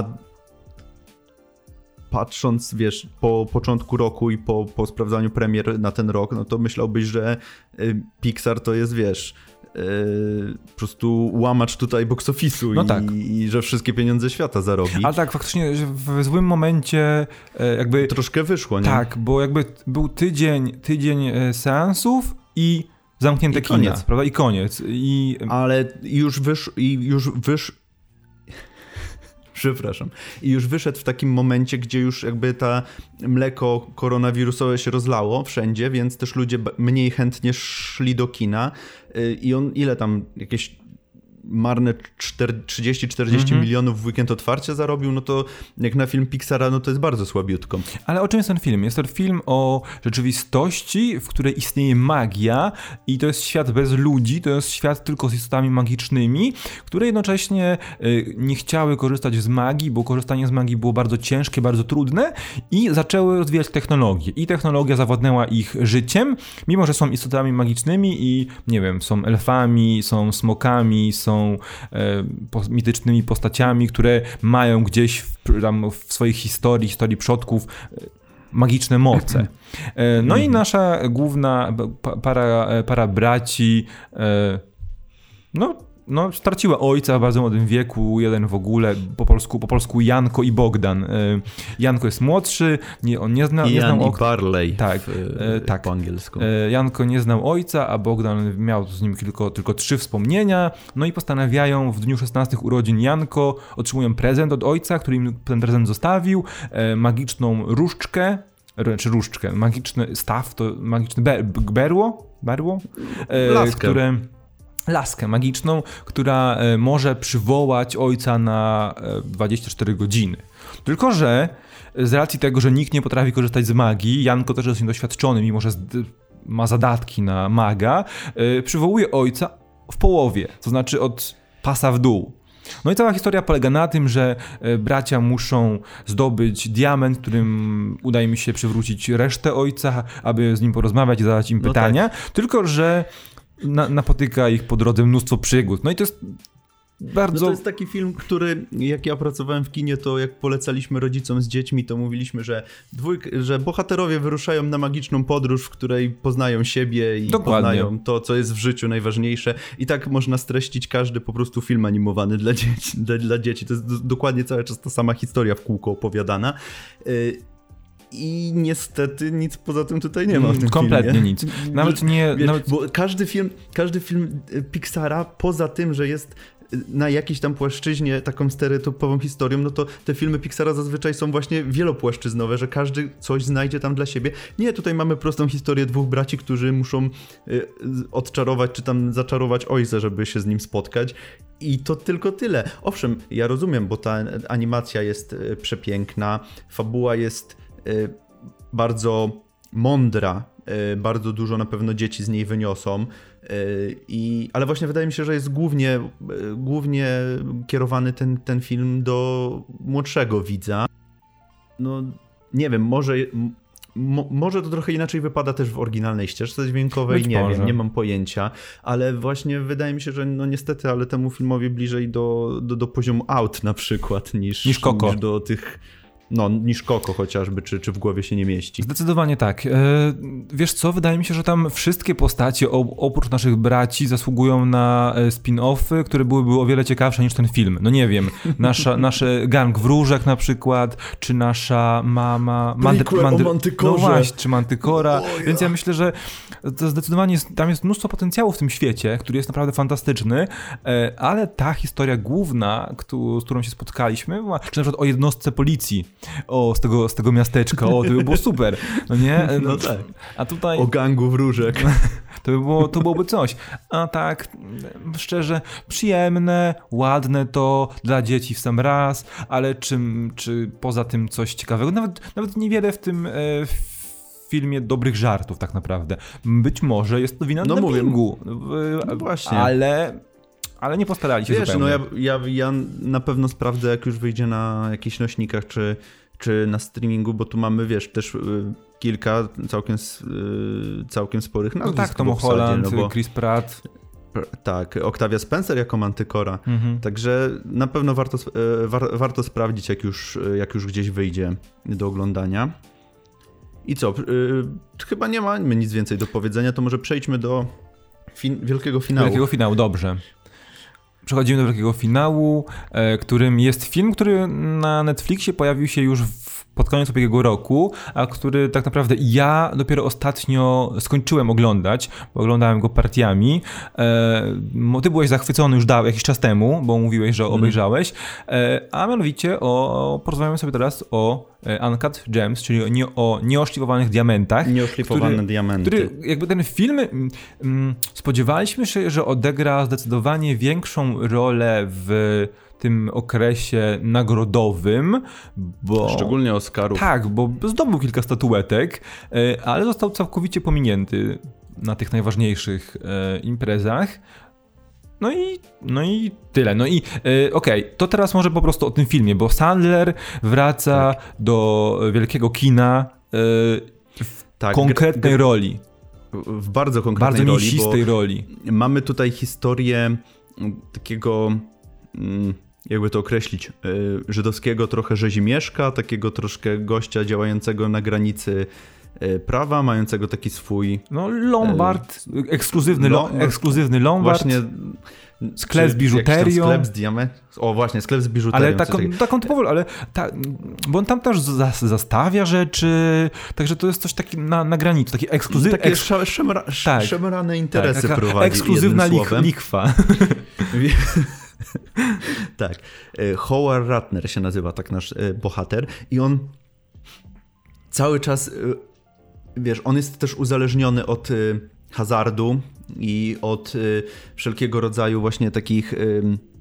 patrząc, wiesz, po początku roku i po, po sprawdzaniu premier na ten rok, no to myślałbyś, że Pixar to jest, wiesz... Yy, po prostu łamacz tutaj box office'u no i, tak. i że wszystkie pieniądze świata zarobi. Ale tak, faktycznie w złym momencie jakby... Troszkę wyszło, nie? Tak, bo jakby był tydzień, tydzień seansów i zamknięte I kina, koniec. prawda? I koniec. I... Ale już wysz... i już wysz... Przepraszam. I już wyszedł w takim momencie, gdzie już jakby ta mleko koronawirusowe się rozlało wszędzie, więc też ludzie mniej chętnie szli do kina. I on ile tam jakieś marne trzydzieści czterdzieści mm-hmm. milionów w weekend otwarcia zarobił, no to jak na film Pixara, no to jest bardzo słabiutko. Ale o czym jest ten film? Jest to film o rzeczywistości, w której istnieje magia i to jest świat bez ludzi, to jest świat tylko z istotami magicznymi, które jednocześnie y, nie chciały korzystać z magii, bo korzystanie z magii było bardzo ciężkie, bardzo trudne i zaczęły rozwijać technologię. I technologia zawładnęła ich życiem, mimo że są istotami magicznymi i nie wiem, są elfami, są smokami, są E, po, mitycznymi postaciami, które mają gdzieś w, tam w swojej historii, historii przodków e, magiczne moce. E, no i nasza główna para, para braci e, no No, straciła ojca w bardzo młodym wieku, jeden w ogóle, po polsku, po polsku Janko i Bogdan. Janko jest młodszy, nie, on nie, zna, nie Jan znał... i Barley tak, w, tak. po angielsku. Janko nie znał ojca, a Bogdan miał z nim tylko, tylko trzy wspomnienia, no i postanawiają w dniu szesnastych urodzin Janko, otrzymują prezent od ojca, który im ten prezent zostawił, magiczną różdżkę, czy różdżkę, magiczny staw, to magiczne ber, berło? Berło? Laskę. Które... Laskę magiczną, która e, może przywołać ojca na e, dwadzieścia cztery godziny. Tylko że z racji tego, że nikt nie potrafi korzystać z magii, Janko też jest niedoświadczony, mimo że z, ma zadatki na maga, e, przywołuje ojca w połowie, to znaczy od pasa w dół. No i cała historia polega na tym, że bracia muszą zdobyć diament, którym udaje mi się przywrócić resztę ojca, aby z nim porozmawiać i zadać im pytania. No tak. Tylko że Na, napotyka ich po drodze mnóstwo przygód. No i to jest bardzo... No to jest taki film, który jak ja pracowałem w kinie, to jak polecaliśmy rodzicom z dziećmi, to mówiliśmy, że, dwójk, że bohaterowie wyruszają na magiczną podróż, w której poznają siebie i Dokładnie. poznają to, co jest w życiu najważniejsze. I tak można streścić każdy po prostu film animowany dla dzieci. Dla, dla dzieci. To jest do, dokładnie cały czas ta sama historia w kółko opowiadana. Yy, I niestety nic poza tym tutaj nie ma w tym Kompletnie filmie. nic. Nawet nie... Wiesz, nawet... Bo każdy film, każdy film Pixara, poza tym, że jest na jakiejś tam płaszczyźnie taką stereotypową historią, no to te filmy Pixara zazwyczaj są właśnie wielopłaszczyznowe, że każdy coś znajdzie tam dla siebie. Nie, tutaj mamy prostą historię dwóch braci, którzy muszą y, odczarować, czy tam zaczarować ojca, żeby się z nim spotkać. I to tylko tyle. Owszem, ja rozumiem, bo ta animacja jest y, przepiękna, fabuła jest y, bardzo mądra, y, bardzo dużo na pewno dzieci z niej wyniosą. I, ale właśnie wydaje mi się, że jest głównie, głównie kierowany ten, ten film do młodszego widza. No nie wiem, może, mo, może to trochę inaczej wypada też w oryginalnej ścieżce dźwiękowej, Być nie może. wiem, nie mam pojęcia, ale właśnie wydaje mi się, że no niestety, ale temu filmowi bliżej do, do, do poziomu Out na przykład niż, niż Coco. niż do tych... No, niż Coco chociażby, czy, czy w głowie się nie mieści. Zdecydowanie tak. E, wiesz co, wydaje mi się, że tam wszystkie postacie, oprócz naszych braci, zasługują na spin-offy, które byłyby o wiele ciekawsze niż ten film. No nie wiem, nasza, nasze gang wróżek na przykład, czy nasza mama... Mandy, mandy, o Mantykorze. No właśnie, czy Mantykora. O, ja. Więc ja myślę, że to zdecydowanie jest, tam jest mnóstwo potencjału w tym świecie, który jest naprawdę fantastyczny, ale ta historia główna, z którą się spotkaliśmy, czy na przykład o jednostce policji, o, z tego, z tego miasteczka, o, to by było super, no nie? No, no tak. A tutaj... O gangu wróżek. To, by było, to byłoby coś. A tak, szczerze, przyjemne, ładne to dla dzieci w sam raz, ale czy, czy poza tym coś ciekawego? Nawet, nawet niewiele w tym... E, w filmie dobrych żartów tak naprawdę. Być może jest to wina no dubbingu. No właśnie. Ale... Ale nie postarali się Wiesz, zupełnie. no ja, ja, ja na pewno sprawdzę, jak już wyjdzie na jakichś nośnikach, czy, czy na streamingu, bo tu mamy, wiesz, też y, kilka całkiem, y, całkiem sporych nazwisk. No tak, Tom Holland, no bo, Chris Pratt. Tak, Octavia Spencer jako Mantykora. Mhm. Także na pewno warto, y, war, warto sprawdzić, jak już, jak już gdzieś wyjdzie do oglądania. I co? Y, chyba nie mamy nic więcej do powiedzenia, to może przejdźmy do fin- wielkiego finału. Wielkiego finału, dobrze. Przechodzimy do wielkiego finału, e, którym jest film, który na Netflixie pojawił się już w, pod koniec ubiegłego roku, a który tak naprawdę ja dopiero ostatnio skończyłem oglądać, bo oglądałem go partiami. E, ty byłeś zachwycony już da, jakiś czas temu, bo mówiłeś, że obejrzałeś, e, a mianowicie o, porozmawiamy sobie teraz o Uncut Gems, czyli nie, o nieoszlifowanych diamentach. Nieoszlifowane który, diamenty. Który, jakby ten film, mm, spodziewaliśmy się, że odegra zdecydowanie większą rolę w tym okresie nagrodowym, bo... Szczególnie Oscarów. Tak, bo zdobył kilka statuetek, ale został całkowicie pominięty na tych najważniejszych imprezach. No i, no i tyle. No i yy, okej, okay, to teraz może po prostu o tym filmie, bo Sandler wraca tak. do wielkiego kina yy, w tak, konkretnej gr- gr- roli. W bardzo konkretnej bardzo roli. Bardzo mięsistej roli. Mamy tutaj historię takiego, jakby to określić, żydowskiego trochę rzezimieszka, takiego troszkę gościa działającego na granicy prawa, mającego taki swój... No Lombard, e, ekskluzywny, lo, ekskluzywny Lombard. Właśnie... Sklep z biżuterią. Sklep z diament. O właśnie, sklep z biżuterią. Ale taką, taką typową, ale ta, bo on tam też za, zastawia rzeczy, także to jest coś takiego na, na granicy, taki ekskluzywny... Takie eks... szemra, tak, szemrane interesy tak, prowadzi. Ekskluzywna lich, lichwa. Tak. Howard Ratner się nazywa tak nasz bohater i on cały czas, wiesz, on jest też uzależniony od hazardu i od y, wszelkiego rodzaju właśnie takich y,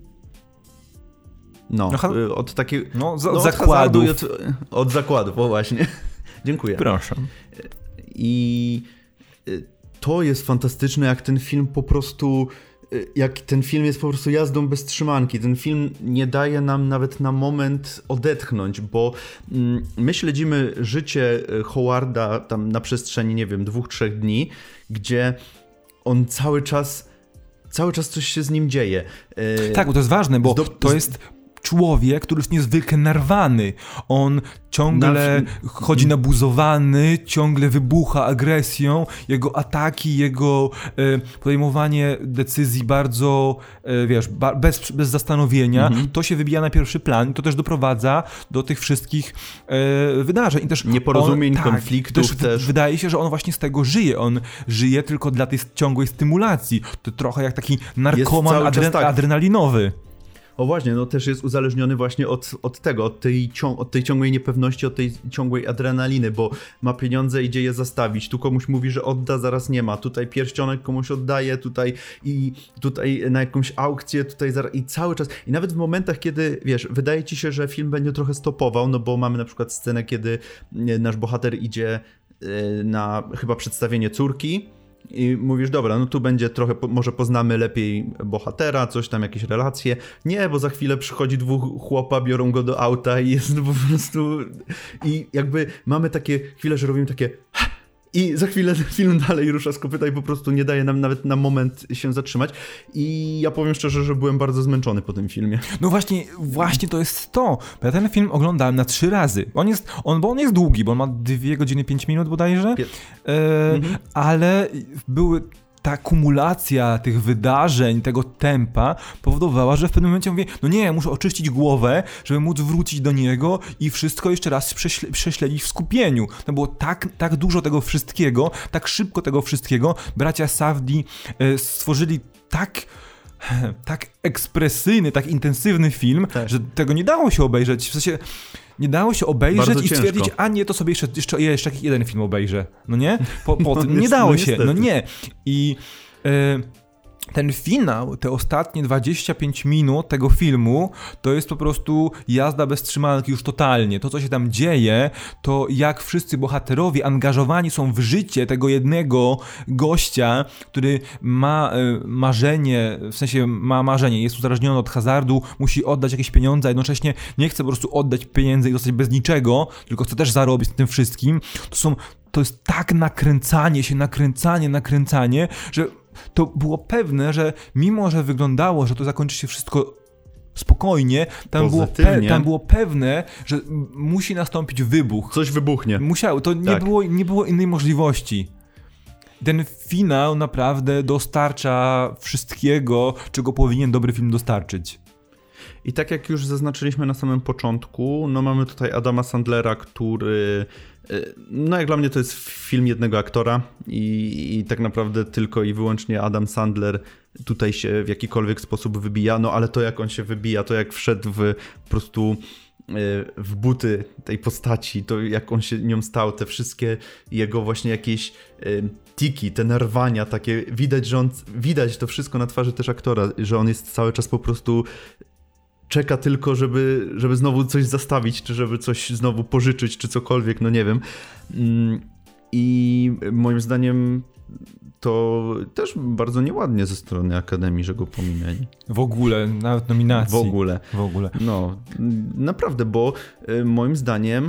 no, no ha- y, od takiego no, z- no, zakładów. Od, od zakładów, o właśnie. Dziękuję. Proszę. I y, to jest fantastyczne, jak ten film po prostu y, jak ten film jest po prostu jazdą bez trzymanki. Ten film nie daje nam nawet na moment odetchnąć, bo y, my śledzimy życie Howarda tam na przestrzeni, nie wiem, dwóch, trzech dni, gdzie on cały czas, cały czas coś się z nim dzieje. Tak, bo to jest ważne, bo Zdo- to jest człowiek, który jest niezwykle narwany. On ciągle Na... chodzi nabuzowany, ciągle wybucha agresją. Jego ataki, jego e, podejmowanie decyzji bardzo, e, wiesz, ba, bez, bez zastanowienia, mhm. to się wybija na pierwszy plan i to też doprowadza do tych wszystkich e, wydarzeń. I też nieporozumień, on, konfliktów też, też. Wydaje się, że on właśnie z tego żyje. On żyje tylko dla tej ciągłej stymulacji. To trochę jak taki narkoman adre, tak. adrenalinowy. O właśnie, no też jest uzależniony właśnie od, od tego, od tej, cią- od tej ciągłej niepewności, od tej ciągłej adrenaliny, bo ma pieniądze, idzie je zastawić, tu komuś mówi, że odda, zaraz nie ma, tutaj pierścionek komuś oddaje, tutaj i tutaj na jakąś aukcję, tutaj zaraz, i cały czas, i nawet w momentach, kiedy, wiesz, wydaje ci się, że film będzie trochę stopował, no bo mamy na przykład scenę, kiedy nasz bohater idzie na chyba przedstawienie córki, i mówisz, dobra, no tu będzie trochę, może poznamy lepiej bohatera, coś tam, jakieś relacje. Nie, bo za chwilę przychodzi dwóch chłopa, biorą go do auta i jest po prostu... I jakby mamy takie chwile, że robimy takie... I za chwilę film dalej rusza z kopyta i po prostu nie daje nam nawet na moment się zatrzymać. I ja powiem szczerze, że byłem bardzo zmęczony po tym filmie. No właśnie, właśnie to jest to. Ja ten film oglądałem na trzy razy. On jest, on, bo on jest długi, bo on ma dwie godziny pięć minut bodajże. Pie- e, mhm. Ale były... ta kumulacja tych wydarzeń, tego tempa powodowała, że w pewnym momencie mówię, no nie, muszę oczyścić głowę, żeby móc wrócić do niego i wszystko jeszcze raz prześle- prześledzić w skupieniu. To było tak, tak dużo tego wszystkiego, tak szybko tego wszystkiego. Bracia Safdie e, stworzyli tak... tak ekspresyjny, tak intensywny film, tak. że tego nie dało się obejrzeć. W sensie nie dało się obejrzeć bardzo i ciężko. Stwierdzić, a nie, to sobie jeszcze, jeszcze, jeszcze jakiś jeden film obejrzę. No nie? Po, po tym. No, nie dało no, się. No nie. I e, ten finał, te ostatnie dwadzieścia pięć minut tego filmu, to jest po prostu jazda bez trzymanki już totalnie. To, co się tam dzieje, to jak wszyscy bohaterowie angażowani są w życie tego jednego gościa, który ma e, marzenie, w sensie ma marzenie, jest uzależniony od hazardu, musi oddać jakieś pieniądze, a jednocześnie nie chce po prostu oddać pieniędzy i zostać bez niczego, tylko chce też zarobić na tym wszystkim. To są, to jest tak nakręcanie się, nakręcanie, nakręcanie, że to było pewne, że mimo, że wyglądało, że to zakończy się wszystko spokojnie, tam, było, pe- tam było pewne, że musi nastąpić wybuch. Coś wybuchnie. Musiało, to nie, tak. było, nie było innej możliwości. Ten finał naprawdę dostarcza wszystkiego, czego powinien dobry film dostarczyć. I tak jak już zaznaczyliśmy na samym początku, no mamy tutaj Adama Sandlera, który... No jak dla mnie to jest film jednego aktora i, i tak naprawdę tylko i wyłącznie Adam Sandler tutaj się w jakikolwiek sposób wybija, no ale to jak on się wybija, to jak wszedł w po prostu w buty tej postaci, to jak on się nią stał, te wszystkie jego właśnie jakieś tiki, te narwania takie, widać, że on, widać to wszystko na twarzy też aktora, że on jest cały czas po prostu czeka tylko, żeby, żeby znowu coś zastawić, czy żeby coś znowu pożyczyć, czy cokolwiek, no nie wiem. I moim zdaniem to też bardzo nieładnie ze strony Akademii, że go pominęli. W ogóle, nawet nominacji. W ogóle. W ogóle. No, naprawdę, bo moim zdaniem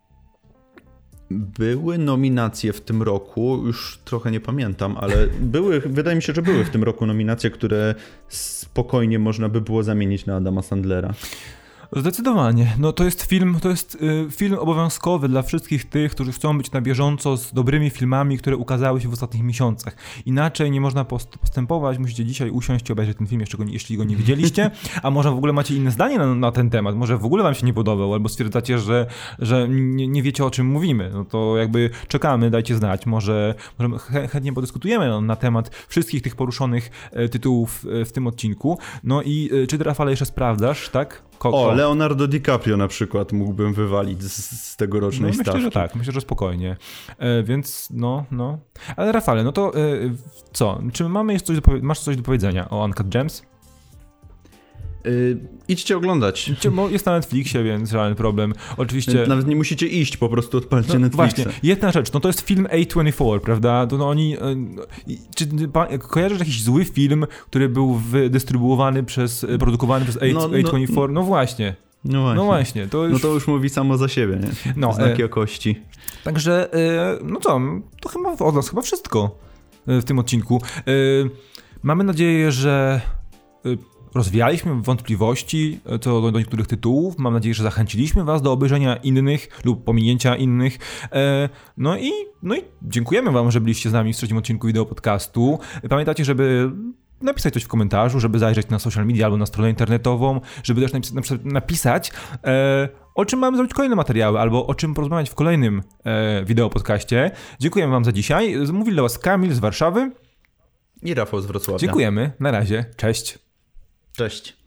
były nominacje w tym roku, już trochę nie pamiętam, ale były, wydaje mi się, że były w tym roku nominacje, które spokojnie można by było zamienić na Adama Sandlera. Zdecydowanie. No to jest film, to jest y, film obowiązkowy dla wszystkich tych, którzy chcą być na bieżąco z dobrymi filmami, które ukazały się w ostatnich miesiącach. Inaczej nie można post- postępować, musicie dzisiaj usiąść i obejrzeć ten film, jeszcze go, jeśli go nie widzieliście, a może w ogóle macie inne zdanie na, na ten temat, może w ogóle wam się nie podobał, albo stwierdzacie, że, że nie, nie wiecie, o czym mówimy. No to jakby czekamy, dajcie znać, może, może ch- chętnie podyskutujemy na, na temat wszystkich tych poruszonych e, tytułów e, w tym odcinku. No i e, czy ty, Rafale, jeszcze sprawdzasz, tak? Ko- o, Leonardo DiCaprio na przykład mógłbym wywalić z, z tegorocznej no, stawki. Myślę, że tak, myślę, że spokojnie. E, więc no, no. Ale Rafale, no to e, co? Czy mamy jeszcze coś do powie- masz coś do powiedzenia o Uncut Gems? Yy, idźcie oglądać. Bo jest na Netflixie, więc żaden problem. Oczywiście... Nawet nie musicie iść, po prostu odpalcie no, Netflixa. Właśnie, jedna rzecz, no to jest film A dwadzieścia cztery, prawda? To no oni... Czy kojarzysz jakiś zły film, który był dystrybuowany przez, produkowany przez A dwadzieścia cztery? No, no, no właśnie. No właśnie. No właśnie. To już... No to już mówi samo za siebie, nie? No, Znaki e... jakości. Także, e... no co, to chyba od nas chyba wszystko w tym odcinku. E... Mamy nadzieję, że rozwialiśmy wątpliwości co do, do niektórych tytułów. Mam nadzieję, że zachęciliśmy was do obejrzenia innych lub pominięcia innych. E, no, i, no i dziękujemy wam, że byliście z nami w trzecim odcinku wideo podcastu. Pamiętajcie, żeby napisać coś w komentarzu, żeby zajrzeć na social media albo na stronę internetową, żeby też napis- na przykład napisać, e, o czym mamy zrobić kolejne materiały, albo o czym porozmawiać w kolejnym e, wideo podcaście. Dziękujemy wam za dzisiaj. Mówił dla was Kamil z Warszawy i Rafał z Wrocławia. Dziękujemy. Na razie. Cześć. Cześć.